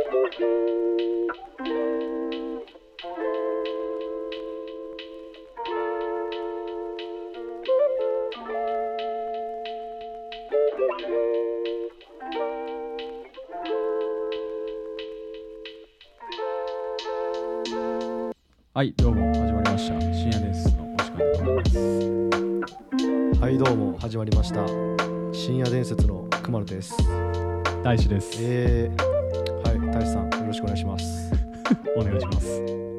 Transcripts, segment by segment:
はい、どうも始まりました。深夜ですのお時間でございます。 はいどうも始まりました。深夜伝説のくまるです。 大志です。 はい大志さんよろしくお願いします。 お願いします。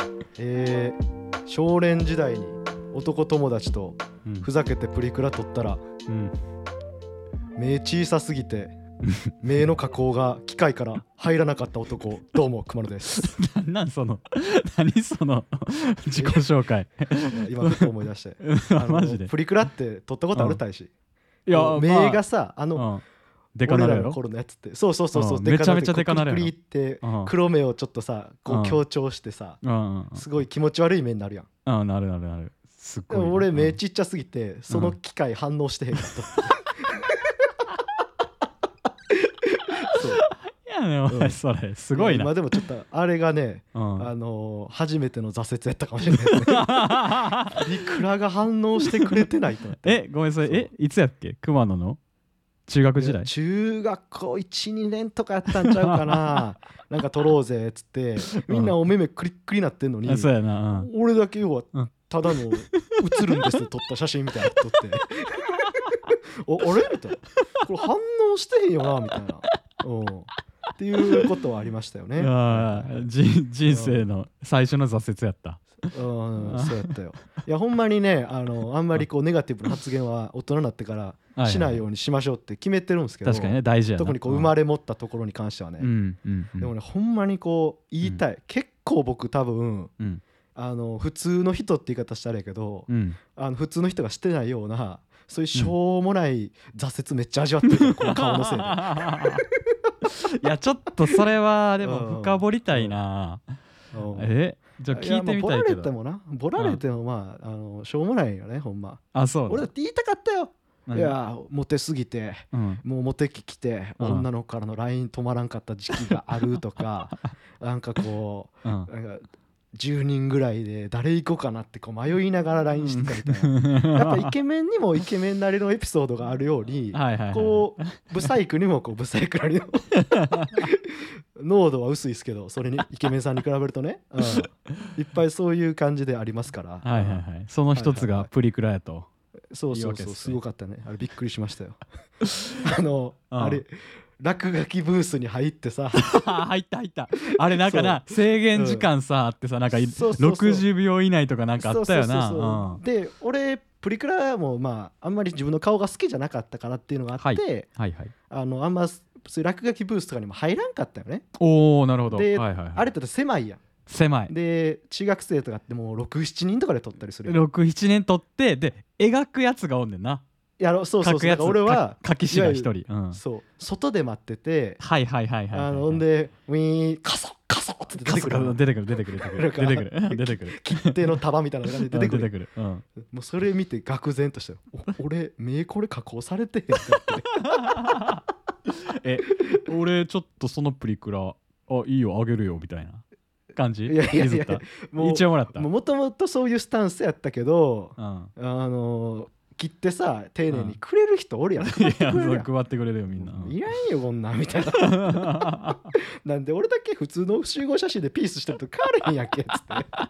少年時代に男友達とうんふざけてプリクラ撮ったら、 うん、 目小さすぎて目の加工が機械から入らなかった男どうもくまるです。 何その自己紹介今ふと思い出してマジでプリクラって撮ったことある大志？ いや目がさデカなるやろ。 俺らの頃のやつってそうめちゃめちゃデカなるやろ。 クリクリって黒目をちょっとさこう強調してさすごい気持ち悪い目になるやん。 なるすっごい。 でも俺目ちっちゃすぎてその機械反応してへんかったいやねお前それすごいな。 まあでもちょっとあれがね初めての挫折やったかもしれないですね。プリクラが反応してくれてないと思ってごめんそれいつやっけ熊野の中学時代？ 中学校 1,2 年とかやったんちゃうかな。なんか撮ろうぜっつってみんなお目目クリックリなってんのに、 そうやな、 俺だけ要はただの映るんです撮った写真みたいなの撮ってあれみたいなこれ反応してへんよなみたいなっていうことはありましたよね。 人生の最初の挫折やった。 そうやったよ。いやほんまにねあんまりこうネガティブな発言は大人になってからしないようにしましょうって決めてるんですけど、 確かにね大事やな。 特にこう生まれ持ったところに関してはね、でもねほんまにこう言いたい、結構僕多分、普通の人って言い方したらやけど、普通の人がしてないようなそういうしょうもない挫折めっちゃ味わってるこの顔のせいでいやちょっとそれはでも深掘りたいな。じゃあ聞いてみたいけど。 ボラれてもまあしょうもないよねほんま。 そう俺だって言いたかったよ。いやモテすぎて、もうモテ期来て、女の子からの LINE 止まらんかった時期があるとかなんかこう、なんか10人ぐらいで誰行こうかなってこう迷いながら LINE してたみたいな、やっぱイケメンにもイケメンなりのエピソードがあるようにこうブサイクにもこうブサイクなりの濃度は薄いですけどそれにイケメンさんに比べるとね、いっぱいそういう感じでありますから、 その一つがプリクラやと。 そうすごかったね。あれびっくりしましたよあれ落書きブースに入ってさ入ったあれなんかな制限時間さあってさなんか60秒以内とかなんかあったよな。 で俺プリクラもまああんまり自分の顔が好きじゃなかったからっていうのがあってあんまそういう落書きブースとかにも入らんかったよね。 なるほど。 であれって狭いやん。 狭いで中学生とかってもう 6,7 人とかで撮ったりする。 6,7 人撮ってで描くやつがおんねんな。 そう俺は書き師が一人、 そう外で待っててほんでウィーンカソって出てくる切手の束みたいなのが出てくるもうそれ見て愕然としたよ。俺目これ加工されてへんって俺ちょっとそのプリクラいいよあげるよみたいな感じ。 いや一応もらった。 もともとそういうスタンスやったけど、切ってさ丁寧にくれる人おるやん。 配ってくれるよみんな。 いらんよこんなんみたいななんで俺だけ普通の集合写真でピースしてると変われへんやんけっつって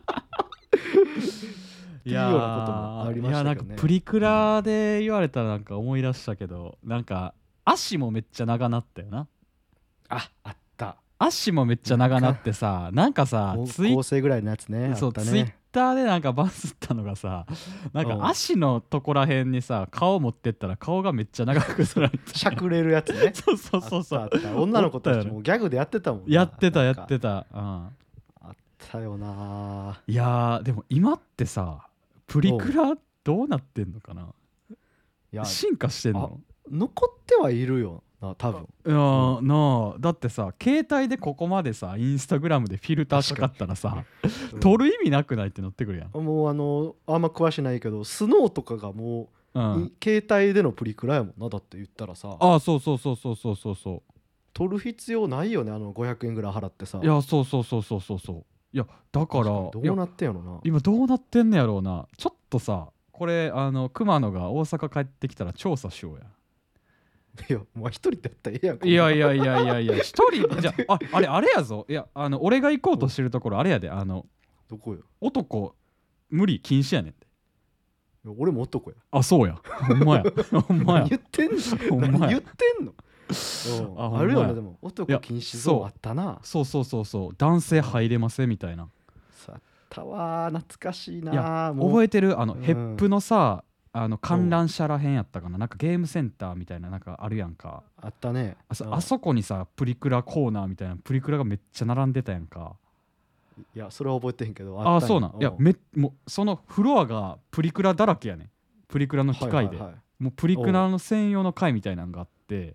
っていうようなこともありましたけどね。 なんかプリクラで言われたらなんか思い出したけどなんか足もめっちゃ長なったよな。 あった足もめっちゃ長なってさなんかさ高校生ぐらいのやつね。 そうツイッターでなんかバズったのがさなんか足のとこらへんにさ顔持ってったら顔がめっちゃ長くすられてしゃくれるやつね。 そう女の子たちもギャグでやってたもん。 やってたあったよな。 いやでも今ってさプリクラどうなってんのかな。進化してんの？ 残ってはいるよな多分。 だってさ携帯でここまでさインスタグラムでフィルターかかったらさ撮る意味なくないってなってくるやん。 もうあんま詳しないけどスノーとかがもう、携帯でのプリクラやもんな。だって言ったらさそう取る必要ないよね、500円ぐらい払ってさ。 いやそういやだからどうなってんやろな。 今どうなってんねやろうな。ちょっとさこれ熊野が大阪帰ってきたら調査しようや。 いやもう一人ってやったらええやん。 いや一人じゃあれやぞ。いや俺が行こうとしてるところあれやで。 どこよ。 男無理禁止やねんて。 俺も男や。 あそうやほんまやほんまや何言ってんの。何言ってんの。あるよね。でも男禁止ゾーンあったな。 そう男性入れませんみたいな。 あったわ懐かしいな。 いや覚えてるヘップのさ観覧車らへんやったかな。なんかゲームセンターみたいななんかあるやんか。 あったね。 あそこにさプリクラコーナーみたいなプリクラがめっちゃ並んでたやんか。 いやそれは覚えてへんけどあそうなん。いやもうそのフロアがプリクラだらけやねん。プリクラの機械で、もうプリクラの専用の回みたいなのがあって、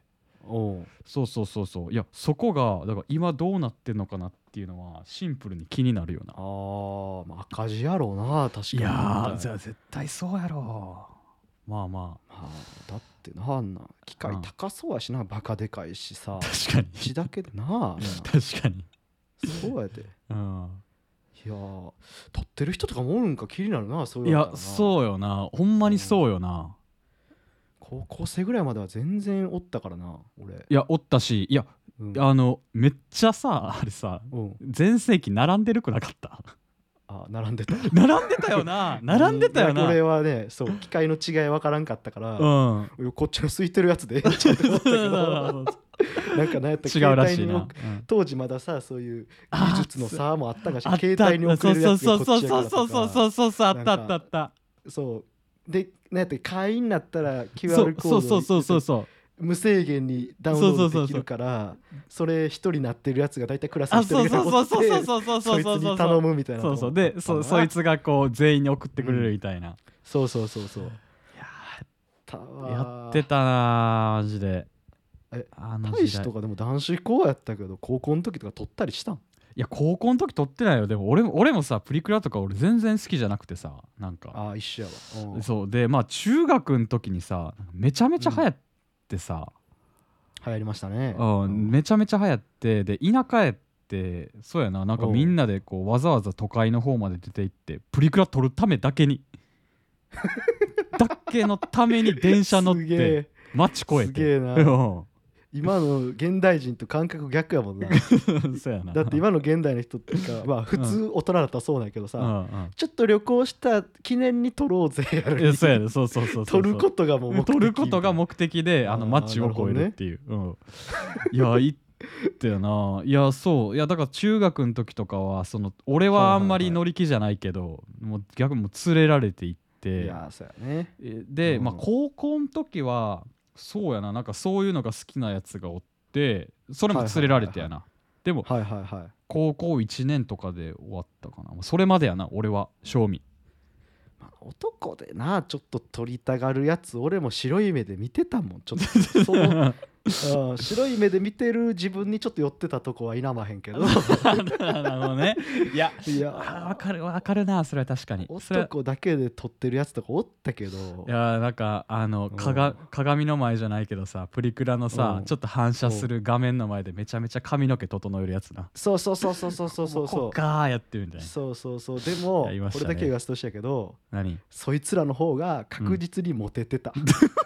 そういやそこがだから今どうなってんのかなっていうのはシンプルに気になるよな。 まあ赤字やろうな確かに。 いやじゃあ絶対そうやろう。まあだってなあんな機械高そうやしな、バカでかいしさ。 確かに血だけでな確かにそうやで。いや撮ってる人とかもおるんか気になるな。そういやそうよなほんまにそうよな。 高校生ぐらいまでは全然おったからな俺。 いやおったし、いや、めっちゃさあれさ、全盛期並んでるくなかった？ 並んでた並んでたよな並んでたよな。 これはねそう機械の違い分からんかったから、こっちの空いてるやつでちょっと思ったけどなんか何やったっけ、 違うらしいな。 当時まださそういう技術の差もあったんかし、携帯に送れるやつがこっちやからとか。 あったそうで何やったっけ、会員になったら QR コード無制限にダウンロードできるから、それ一人なってるやつが大体クラスに一人ぐらいおってそいつに頼むみたいな。 でそいつがこう全員に送ってくれるみたいな。 そうやってたなマジで。 大使とかでも男子校やったけど高校の時とか撮ったりしたん？ いや高校の時撮ってないよ。でも俺もさプリクラとか俺全然好きじゃなくてさ、なんか一緒やわ。 そうでまあ中学の時にさめちゃめちゃ流行ってさ、 流行りましたね。 めちゃめちゃ流行って、で田舎へってそうやな、なんかみんなでこうわざわざ都会の方まで出て行ってプリクラ撮るためだけにだけのために電車乗って街越えて。 すげえな今の現代人と感覚逆やもんなそうやな。 だって今の現代の人ってかまあ普通大人だったらそうなんやけどさ、ちょっと旅行した記念に撮ろうぜやるにそうやね撮ることがもう目的で街を越えるっていう。いや行ったよな。いやそういやだから中学の時とかは俺はあんまり乗り気じゃないけど、もう逆にもう連れられて行って。 いやそうやね。 でまあ高校の時はそうやな、なんかそういうのが好きなやつがおって、それも連れられてやな。でも高校1年とかで終わったかな。それまでやな俺は正味。 男でなちょっと撮りたがるやつ俺も白い目で見てたもん。ちょっと白い目で見てる自分にちょっと寄ってたとこは否まへんけど。なるほどね。いやわかるなそれは確かに。 男だけで撮ってるやつとかおったけど。 いやなんか鏡の前じゃないけどさ、プリクラのさちょっと反射する画面の前でめちゃめちゃ髪の毛整えるやつな。 そうこっかーやってるみたいな。 そうでもこれだけ言わせてほしいけど、そいつらの方が確実にモテてた。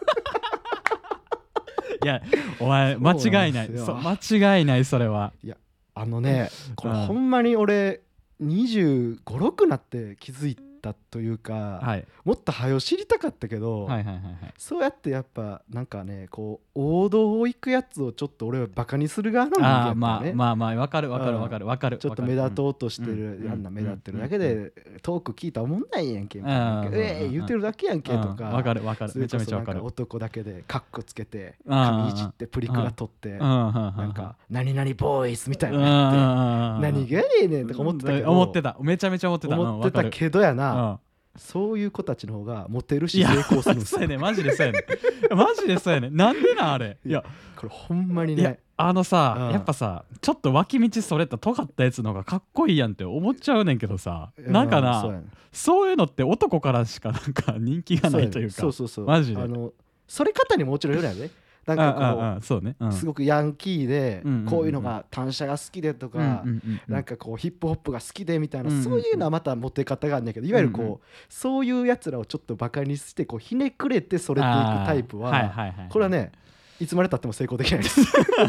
いやお前間違いない、間違いないそれは。 いやこれほんまに俺25、6なって気づいたというか、もっと早う知りたかったけど、そうやってやっぱなんかねこう王道を行くやつをちょっと俺はバカにする側の人間やったね。 まあわかる。 ちょっと目立とうとしてる、あんな目立ってるだけでトーク聞いたらおもんないやんけみたいな、言うてるだけやんけとか。 わかるめちゃめちゃわかる。 男だけでカッコつけて髪いじってプリクラ撮ってなんか何々ボーイスみたいなやって何がええねんとか思ってたけど、 めちゃめちゃ思ってたけどやな。そういう子たちの方がモテるし成功するんですよ。 マジでそうやねなんでなあれ。いやこれほんまにねやっぱさちょっと脇道それた尖ったやつの方がかっこいいやんって思っちゃうねんけどさ、なんかなそういうのって男からしかなんか人気がないというか。 マジでそれ方にもちろんよるやんね。 なんかそうね、 すごくヤンキーでこういうのが単車が好きでとかなんかこうヒップホップが好きでみたいなそういうのはまたモテ方があるんだけどいわゆるこうそういうやつらをちょっとバカにしてこうひねくれてそれていくタイプはこれはねいつまでたっても成功できないです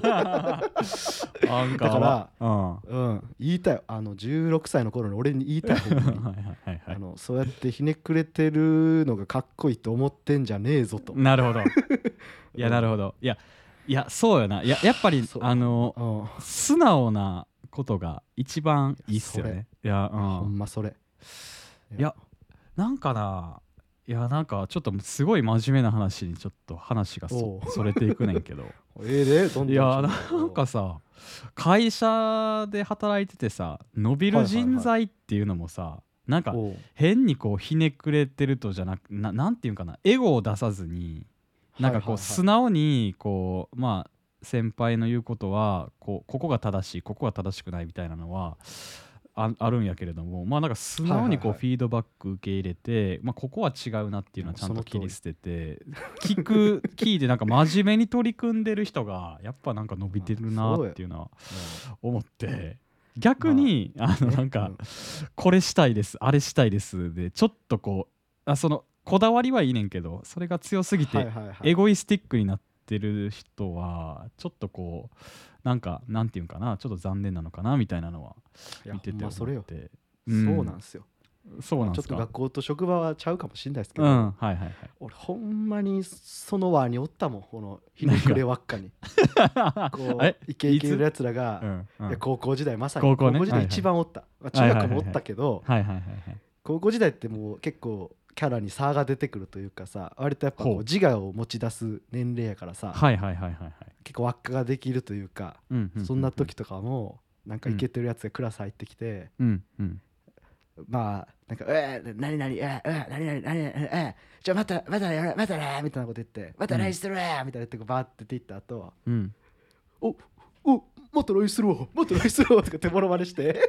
だから言いたい16歳の頃に俺に言いたいそうやってひねくれてるのがかっこいいと思ってんじゃねえぞと。 なるほどいやなるほどいやそうよなやっぱり素直なことが一番いいっすよね。いやほんまそれいやなんかなんかちょっとすごい真面目な話にちょっと話がそれていくねんけどいやなんかさ会社で働いててさ伸びる人材っていうのもさなんか変にこうひねくれてるとじゃなくなんていうんかなエゴを出さずになんかこう素直にこうまあ先輩の言うことはここが正しいここが正しくないみたいなのはあるんやけれどもまあなんか素直にこうフィードバック受け入れてまあここは違うなっていうのはちゃんと切り捨てて聞いてなんか真面目に取り組んでる人がやっぱなんか伸びてるなっていうのは思って逆になんかこれしたいですあれしたいですでちょっとこうそのこだわりはいいねんけどそれが強すぎてエゴイスティックになってる人はちょっとこうなんかなんていうんかなちょっと残念なのかなみたいなのは見てて思ってそうなんですよそうなんですか。ちょっと学校と職場はちゃうかもしれないですけど、俺ほんまにその輪におったもんこのひねくれ輪っかにこうイケイケのやつらが高校時代まさに高校時代一番おった中学もおったけど高校時代ってもう結構キャラに差が出てくるというかさ割とやっぱこう自我を持ち出す年齢やからさ結構輪っかができるというかそんな時とかもなんかイケてるやつがクラス入ってきてまあなんか何々じゃあまたやろうまたねみたいなこと言ってまた来週するみたいな言ってバーって言った後おまた来週するわまた来週するわとか手物まねして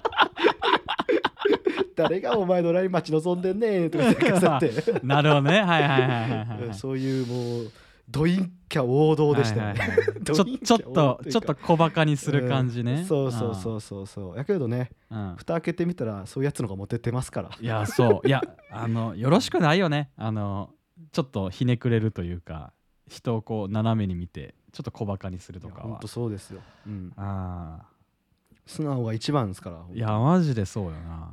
誰がお前の LINE 待ち望んでんねんとか言ってなるほどねそういうもうドインキャ王道でしたよねちょっと小バカにする感じねそうやけどね蓋開けてみたらそういうやつのがモテてますからいやそういやよろしくないよねちょっとひねくれるというか人をこう斜めに見てちょっと小バカにするとかはほんとそうですよ素直が一番ですからいやマジでそうよな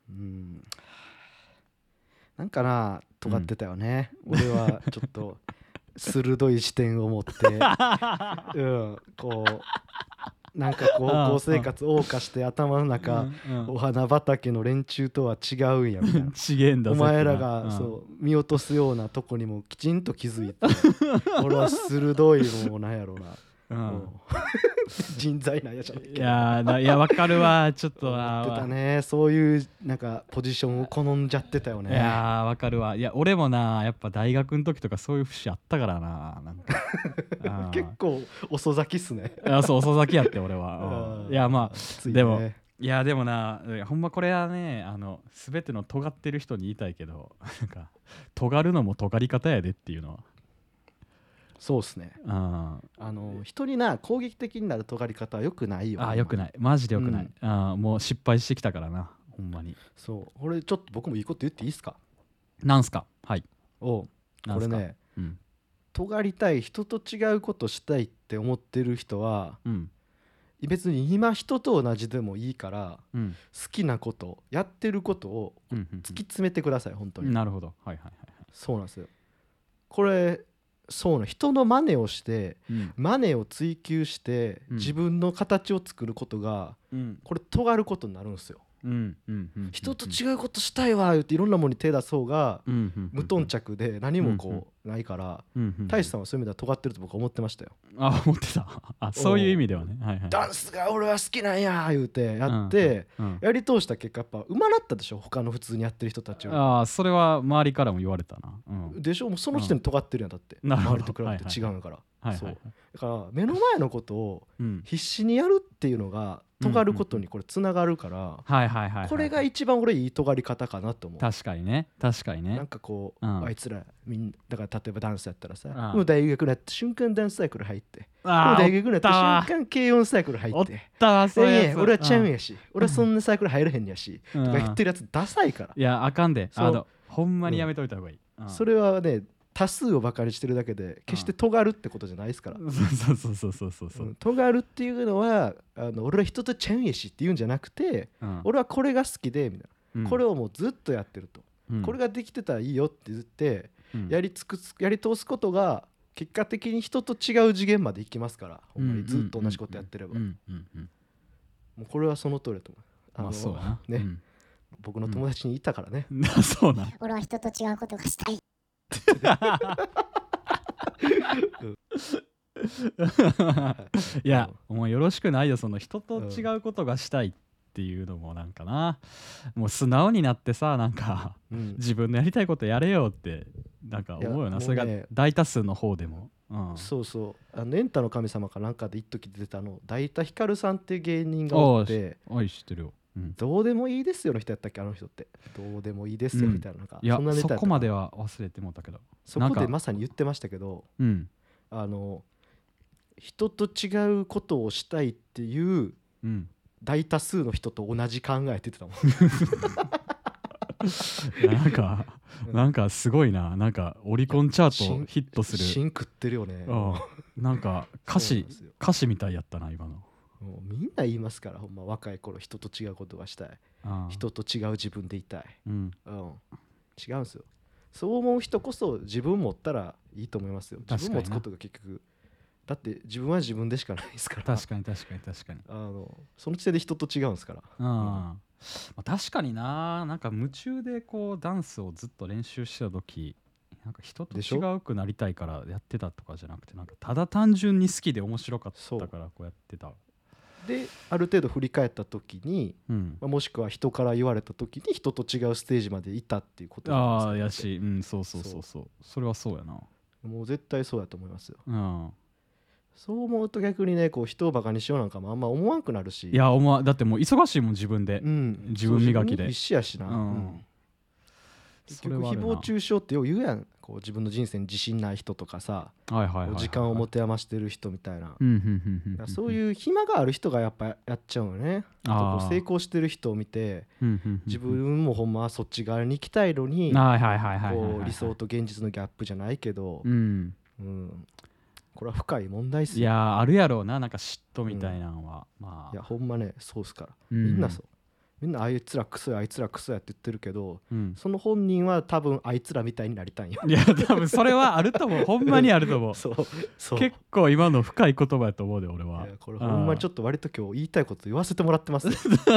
なんかな尖ってたよね俺はちょっと鋭い視点を持ってこうなんか高校生活謳歌して頭の中お花畑の連中とは違うんやみたいなお前らがそう見落とすようなとこにもきちんと気づいて俺は鋭いもうなんやろうな人材なんやじゃんいや分かるわちょっと思ってたねそういうなんかポジションを好んじゃってたよねいや分かるわいや俺もなやっぱ大学の時とかそういう節あったからなんか結構遅咲きっすねそう遅咲きやって俺はいやまあでもいやでもなほんまこれはね全ての尖ってる人に言いたいけどなんか尖るのも尖り方やでっていうのはそうっすね人に攻撃的になる尖り方はよくないよよくないマジでよくないもう失敗してきたからなほんまにそうこれちょっと僕もいいこと言っていいっすかなんすかはいこれね尖りたい人と違うことしたいって思ってる人は別に今人と同じでもいいから好きなことやってることを突き詰めてください本当になるほどそうなんですよこれそう人の真似をして、真似を追求して、自分の形を作ることが、これ尖ることになるんですよ。人と違うことしたいわ言っていろんなものに手出そうが無頓着で何もこうないから大志さんはそういう意味では尖ってると僕は思ってましたよ。 思ってたそういう意味ではね、 ダンスが俺は好きなんや言うてやってやり通した結果やっぱうまなったでしょ他の普通にやってる人たちは。 それは周りからも言われたな、 でしょもうその時点で尖ってるやんだって周りと比べて違うんから。そうだから目の前のことを必死にやるっていうのが尖ることにこれつながるから、これが一番俺いい尖り方かなと思う。 確かにね確かにね。 なんかこう、あいつらみんなだから例えばダンスやったらさ、もう大学になった瞬間ダンスサイクル入って、もう大学になった瞬間軽音サイクル入って、おったわそういうやつ。俺はちゃうんやし、俺はそんなサイクル入れへんやし、とか言ってるやつダサいから。 いやあかんで、ほんまにやめといた方がいい。 それはね多数をバカにしてるだけで決して尖るってことじゃないですから。そう尖るっていうのは俺は人とちゃうんやしって言うんじゃなくて、俺はこれが好きでみたいな、これをもうずっとやってると、これができてたらいいよって言ってやり通すことが結果的に人と違う次元まで行きますから。ほんまにずっと同じことやってれば、もうこれはその通りだと思う。そうだね、僕の友達にいたからね。 そうなん。 俺は人と違うことがしたい。 いやもうよろしくないよ、その人と違うことがしたいっていうのもなんかな、もう素直になってさ、なんか、自分のやりたいことやれよってなんか思うよな。それが大多数の方でも、 そうそう、エンタの神様かなんかで一時出てた大田ヒカルさんっていう芸人がおって、 知ってるよ。 どうでもいいですよの人やったっけ、あの人って。どうでもいいですよみたいな、なんかいやそんなネタやったかな。そこまでは忘れてもったけど、 そこでまさに言ってましたけど、人と違うことをしたいっていう大多数の人と同じ考えって言ってたもん。なんかすごいな、なんかオリコンチャートヒットする。 芯食ってるよね。 なんか歌詞みたいやったな今の。 もうみんな言いますから、ほんま若い頃人と違うことがしたい、人と違う自分でいたい、違うんですよ。そう思う人こそ自分持ったらいいと思いますよ。自分持つことが結局だって自分は自分でしかないですから。 確かにその時点で人と違うんですから。 確かになんか夢中でこうダンスをずっと練習してた時、なんか人と違うくなりたいからやってたとかじゃなくて、なんかただ単純に好きで面白かったからこうやってた。 である程度振り返った時に、もしくは人から言われた時に人と違うステージまでいたっていうことなんですよね。 そうそれはそうやな。 もう絶対そうやと思いますよ。そう思うと逆にね、こう人をバカにしようなんかもあんま思わんくなるし。 いやだってもう忙しいもん自分で、自分磨きで必死やしな。結局誹謗中傷ってよう言うやん、こう自分の人生に自信ない人とかさ、時間を持て余してる人みたいな、そういう暇がある人がやっぱやっちゃうよね。成功してる人を見て自分もほんまはそっち側に行きたいのに、理想と現実のギャップじゃないけど、これは深い問題っすよ。 いやあるやろうな、なんか嫉妬みたいなのは。 いやほんまねそうっすから、みんなそう。みんなあいつらクソやあいつらクソやって言ってるけど、その本人は多分あいつらみたいになりたいよ。 いや多分それはあると思う。ほんまにあると思う。結構今の深い言葉やと思うで俺は。 これほんまにちょっと割と今日言いたいこと言わせてもらってます。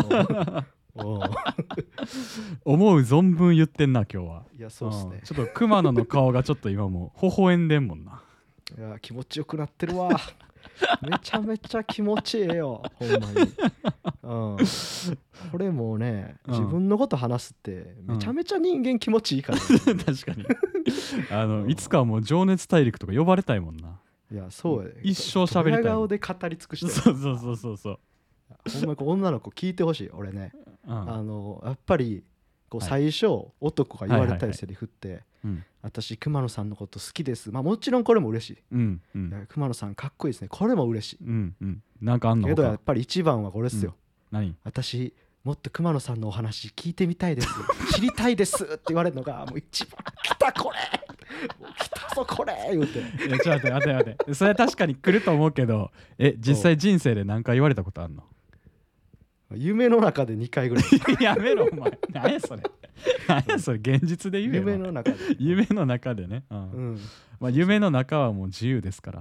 思う存分言ってんな今日は。 いやそうっすね。 ちょっと熊野の顔がちょっと今もう微笑んでんもんな。 いや気持ちよくなってるわ。めちゃめちゃ気持ちいいよほんまに。これもうね、自分のこと話すってめちゃめちゃ人間気持ちいいから、ね。 確かに。いつかはもう情熱大陸とか呼ばれたいもんな。 いやそうや、 一生喋りたい。 顔で語り尽くして。 そう。 ほんま女の子聞いてほしい俺ね。やっぱりこう最初、男が言われたいセリフって、私熊野さんのこと好きです。もちろんこれも嬉しい。熊野さんかっこいいですね。これも嬉しい。 なんかあんのか。 けどやっぱり一番はこれですよ。 何？ 私もっと熊野さんのお話聞いてみたいです。知りたいですって言われるのがもう一番来たこれ。来たぞこれ言うて。 いやちょっと待って。それは確かに来ると思うけど、実際人生で何回言われたことあんの？ 夢の中で2回ぐらい。 やめろお前。何やそれ。現実で言えよ。夢の中でね。夢の中はもう自由ですから。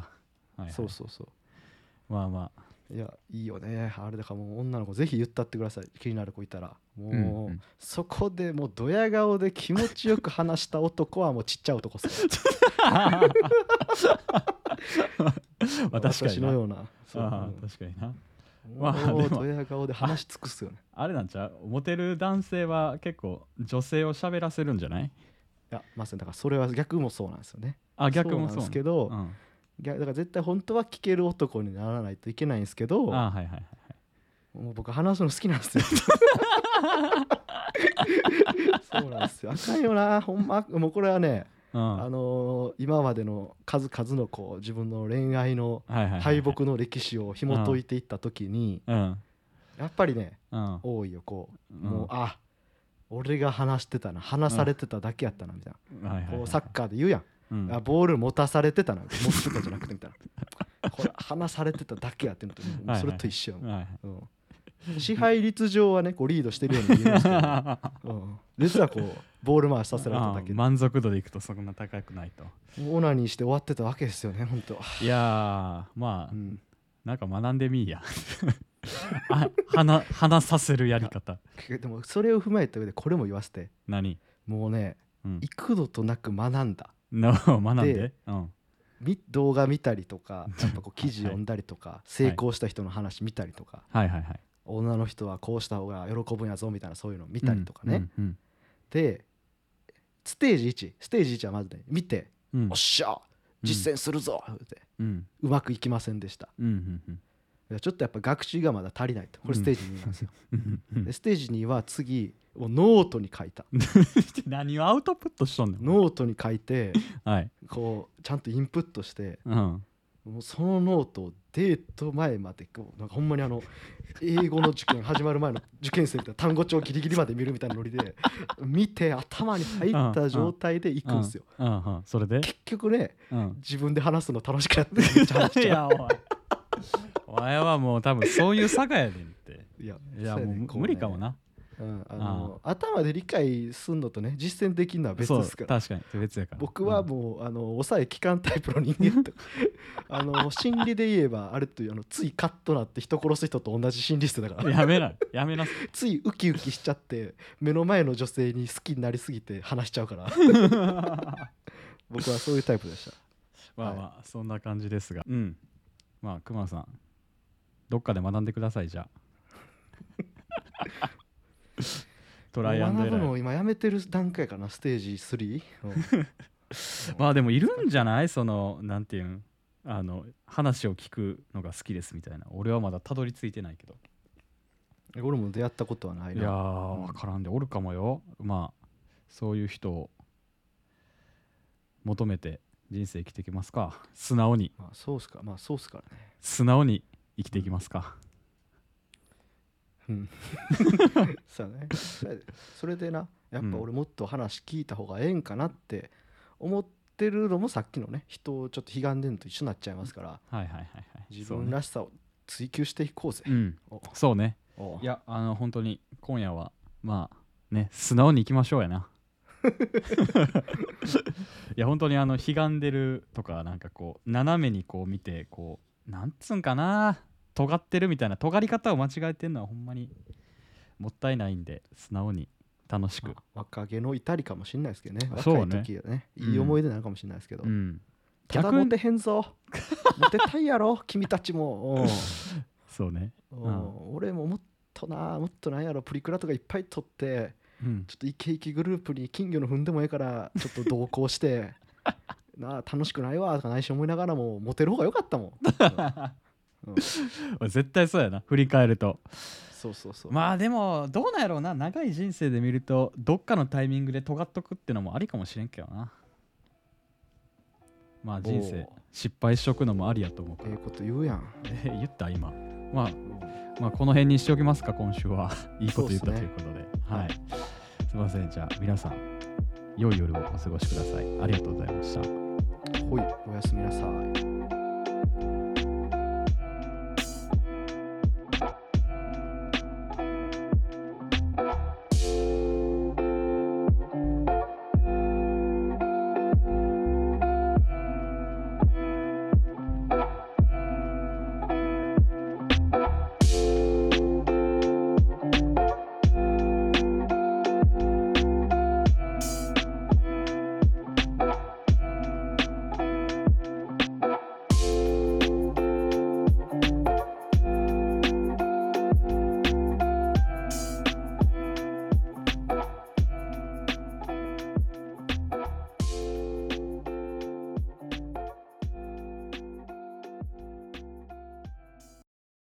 そう。いやいいよねあれだからもう女の子ぜひ言ったってください。気になる子いたらもう、そこでもうドヤ顔で気持ちよく話した男はもうちっちゃい男っす。私のような。 確かにな。 もうドヤ顔で話し尽くすよね。 あれなんちゃう、モテる男性は結構女性を喋らせるんじゃない？いやまさにだからそれは逆もそうなんですよね。 逆もそうなんですけど、だから絶対本当は聞ける男にならないといけないんですけど、 もう僕話すの好きなんですよそうなんですよ。あかんよなほんま。もうこれはね、今までの数々のこう自分の恋愛の敗北の歴史を紐解いていった時に、やっぱりね、多いよこう、もう俺が話されてただけやったなみたいな、こうサッカーで言うやん、ボール持たされてたな、持ってたじゃなくてみたいなこれ話されてただけやってんのとそれと一緒やん。支配率上はねこうリードしてるように見えますけど、実はこうボール回しさせられただけで満足度でいくとそんな高くないとオナニーして終わってたわけですよね本当。 いやまあ、なんか学んでみいや話させるやり方でもそれを踏まえた上でこれも言わせて。 何？ もうね、幾度となく学んだ学んで、 動画見たりとかやっぱこう記事読んだりとか成功した人の話見たりとか、女の人はこうした方が喜ぶんやぞみたいなそういうの見たりとかね、でステージ1はまずね見て、おっしゃ実践するぞって、うまくいきませんでした。ちょっとやっぱ学習がまだ足りないと。これステージ2なんですよでステージ2は次ノートに書いた何をアウトプットしとんねん。 ノートに書いて、こうちゃんとインプットして、もうそのノートをデート前までこうなんかほんまに英語の受験始まる前の受験生みたいな単語帳ギリギリまで見るみたいなノリで見て頭に入った状態で行くんですよ。 それで結局ね、自分で話すの楽しくやってめっちゃ話しちゃう。 お前はもう多分そういう差がやねんって。いやもう無理かもな。 頭で理解すんのとね実践できるのは別ですから。 確かに別やから。 僕はもう抑え期間タイプの人間と心理で言えばあれというついカッとなって人殺す人と同じ心理質だからやめなついウキウキしちゃって目の前の女性に好きになりすぎて話しちゃうから僕はそういうタイプでした。 まあそんな感じですが、まあ熊さんどっかで学んでください。じゃあトライアンドエラー。学ぶのを今やめてる段階かな、ステージ3。 まあでもいるんじゃない？そのなんていうん話を聞くのが好きですみたいな。俺はまだたどり着いてないけど。 俺も出会ったことはないな。 いや分からんでおるかもよ。まあそういう人を求めて人生生きていきますか。素直に。 そうっすからね。 素直に生きていきますか。 そうね。それでな、やっぱ俺もっと話聞いた方がええんかなって思ってるのもさっきのね、人をちょっと悲願でんと一緒になっちゃいますから、自分らしさを追求していこうぜ。 そうね。いや本当に今夜はまあね素直にいきましょうやな。いや本当に悲願でるとかなんかこう斜めにこう見てこうなんつうんかな尖ってるみたいな尖り方を間違えてるのはほんまにもったいないんで素直に楽しく、 若気の至りかもしれないですけどね。若い時はねいい思い出なのかもしれないですけど、ただモテへんぞモテたいやろ君たちも。 そうね。 俺ももっとなんやろプリクラとかいっぱい撮って、ちょっとイケイケグループに金魚の踏んでもええからちょっと同行して楽しくないわとか内心思いながらもモテる方が良かったもん。 絶対そうやな振り返ると。 そうまあでもどうなんやろうな。長い人生で見るとどっかのタイミングで尖っとくってのもありかもしれんけどな。まあ人生失敗しとくのもありやと思うから。 こと言うやん。 言った今。まあこの辺にしておきますか今週は。いいこと言ったということで、はい。すいません。じゃあ皆さん良い夜をお過ごしください。ありがとうございました。 おやすみなさい。